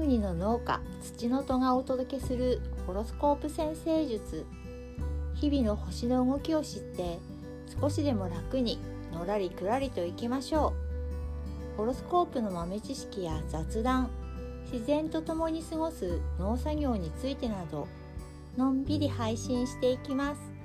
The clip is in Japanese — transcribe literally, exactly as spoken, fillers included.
国の農家土の戸がお届けするホロスコープ占星術。日々の星の動きを知って少しでも楽にのらりくらりといきましょう。ホロスコープの豆知識や雑談、自然と共に過ごす農作業についてなどのんびり配信していきます。